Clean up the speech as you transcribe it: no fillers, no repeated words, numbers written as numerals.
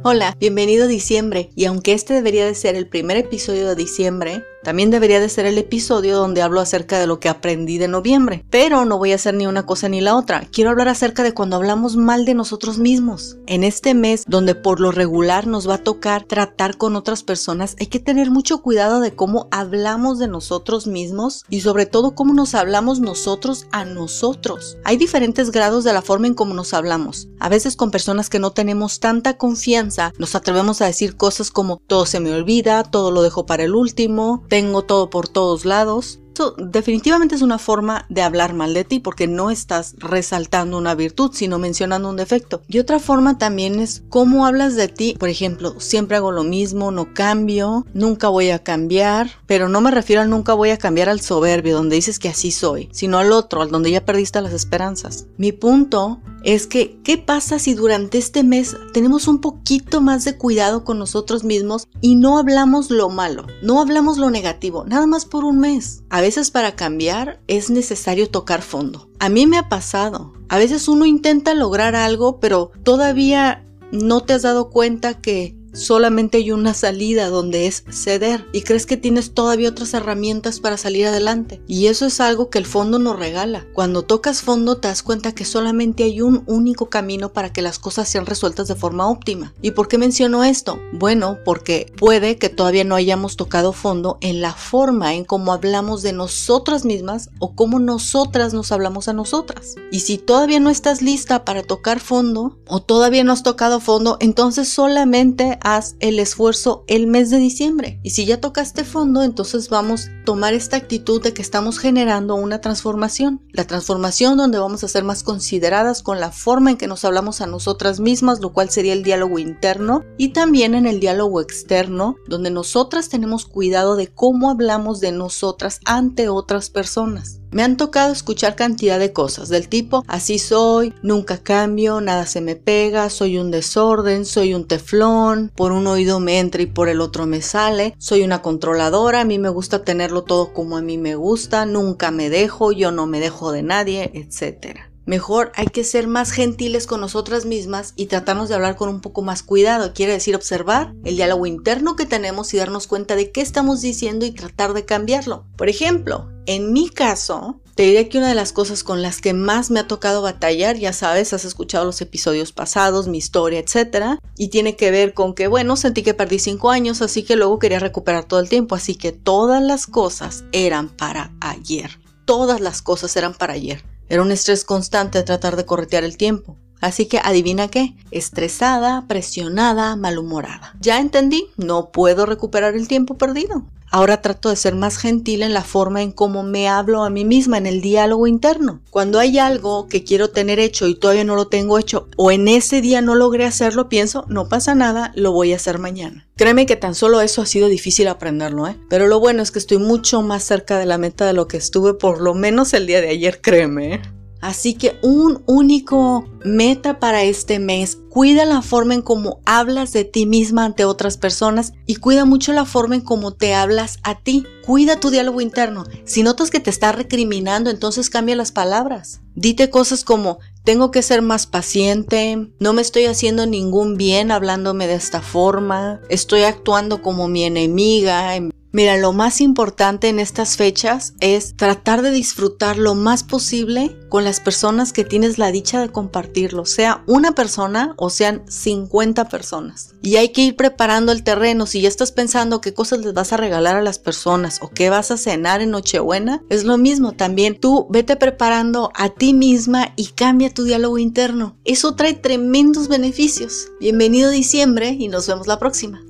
Hola, bienvenido a diciembre, y aunque este debería de ser el primer episodio de diciembre, también debería de ser el episodio donde hablo acerca de lo que aprendí de noviembre. Pero no voy a hacer ni una cosa ni la otra. Quiero hablar acerca de cuando hablamos mal de nosotros mismos. En este mes, donde por lo regular nos va a tocar tratar con otras personas, hay que tener mucho cuidado de cómo hablamos de nosotros mismos y sobre todo cómo nos hablamos nosotros a nosotros. Hay diferentes grados de la forma en cómo nos hablamos. A veces con personas que no tenemos tanta confianza, nos atrevemos a decir cosas como todo se me olvida, todo lo dejo para el último, tengo todo por todos lados. Esto definitivamente es una forma de hablar mal de ti porque no estás resaltando una virtud, sino mencionando un defecto. Y otra forma también es cómo hablas de ti. Por ejemplo, siempre hago lo mismo, no cambio, nunca voy a cambiar. Pero no me refiero al nunca voy a cambiar al soberbio, donde dices que así soy, sino al otro, al donde ya perdiste las esperanzas. Mi punto es que, ¿qué pasa si durante este mes tenemos un poquito más de cuidado con nosotros mismos y no hablamos lo malo, no hablamos lo negativo, nada más por un mes? A veces para cambiar es necesario tocar fondo. A mí me ha pasado. A veces uno intenta lograr algo, pero todavía no te has dado cuenta que solamente hay una salida, donde es ceder, y crees que tienes todavía otras herramientas para salir adelante, y eso es algo que el fondo nos regala. Cuando tocas fondo te das cuenta que solamente hay un único camino para que las cosas sean resueltas de forma óptima. ¿Y por qué menciono esto? Bueno, porque puede que todavía no hayamos tocado fondo en la forma en cómo hablamos de nosotras mismas o cómo nosotras nos hablamos a nosotras. Y si todavía no estás lista para tocar fondo o todavía no has tocado fondo, entonces solamente haz el esfuerzo el mes de diciembre. Y si ya tocaste fondo, entonces vamos a tomar esta actitud de que estamos generando una transformación. La transformación donde vamos a ser más consideradas con la forma en que nos hablamos a nosotras mismas, lo cual sería el diálogo interno, y también en el diálogo externo, donde nosotras tenemos cuidado de cómo hablamos de nosotras ante otras personas. Me han tocado escuchar cantidad de cosas del tipo, así soy, nunca cambio, nada se me pega, soy un desorden, soy un teflón, por un oído me entra y por el otro me sale, soy una controladora, a mí me gusta tenerlo todo como a mí me gusta, nunca me dejo, yo no me dejo de nadie, etc. Mejor hay que ser más gentiles con nosotras mismas y tratarnos de hablar con un poco más cuidado. Quiere decir observar el diálogo interno que tenemos y darnos cuenta de qué estamos diciendo y tratar de cambiarlo. Por ejemplo, en mi caso, te diré que una de las cosas con las que más me ha tocado batallar, ya sabes, has escuchado los episodios pasados, mi historia, etc. Y tiene que ver con que, bueno, sentí que perdí 5 años, así que luego quería recuperar todo el tiempo. Así que todas las cosas eran para ayer. Todas las cosas eran para ayer. Era un estrés constante de tratar de corretear el tiempo. Así que adivina qué, estresada, presionada, malhumorada. Ya entendí, no puedo recuperar el tiempo perdido. Ahora trato de ser más gentil en la forma en cómo me hablo a mí misma, en el diálogo interno. Cuando hay algo que quiero tener hecho y todavía no lo tengo hecho, o en ese día no logré hacerlo, pienso, no pasa nada, lo voy a hacer mañana. Créeme que tan solo eso ha sido difícil aprenderlo, Pero lo bueno es que estoy mucho más cerca de la meta de lo que estuve por lo menos el día de ayer, créeme, Así que un único meta para este mes: cuida la forma en cómo hablas de ti misma ante otras personas y cuida mucho la forma en cómo te hablas a ti. Cuida tu diálogo interno. Si notas que te está recriminando, entonces cambia las palabras. Dite cosas como, tengo que ser más paciente, no me estoy haciendo ningún bien hablándome de esta forma, estoy actuando como mi enemiga. Mira, lo más importante en estas fechas es tratar de disfrutar lo más posible con las personas que tienes la dicha de compartirlo, sea una persona o sean 50 personas. Y hay que ir preparando el terreno. Si ya estás pensando qué cosas les vas a regalar a las personas o qué vas a cenar en Nochebuena, es lo mismo también. Tú vete preparando a ti misma y cambia tu diálogo interno. Eso trae tremendos beneficios. Bienvenido diciembre y nos vemos la próxima.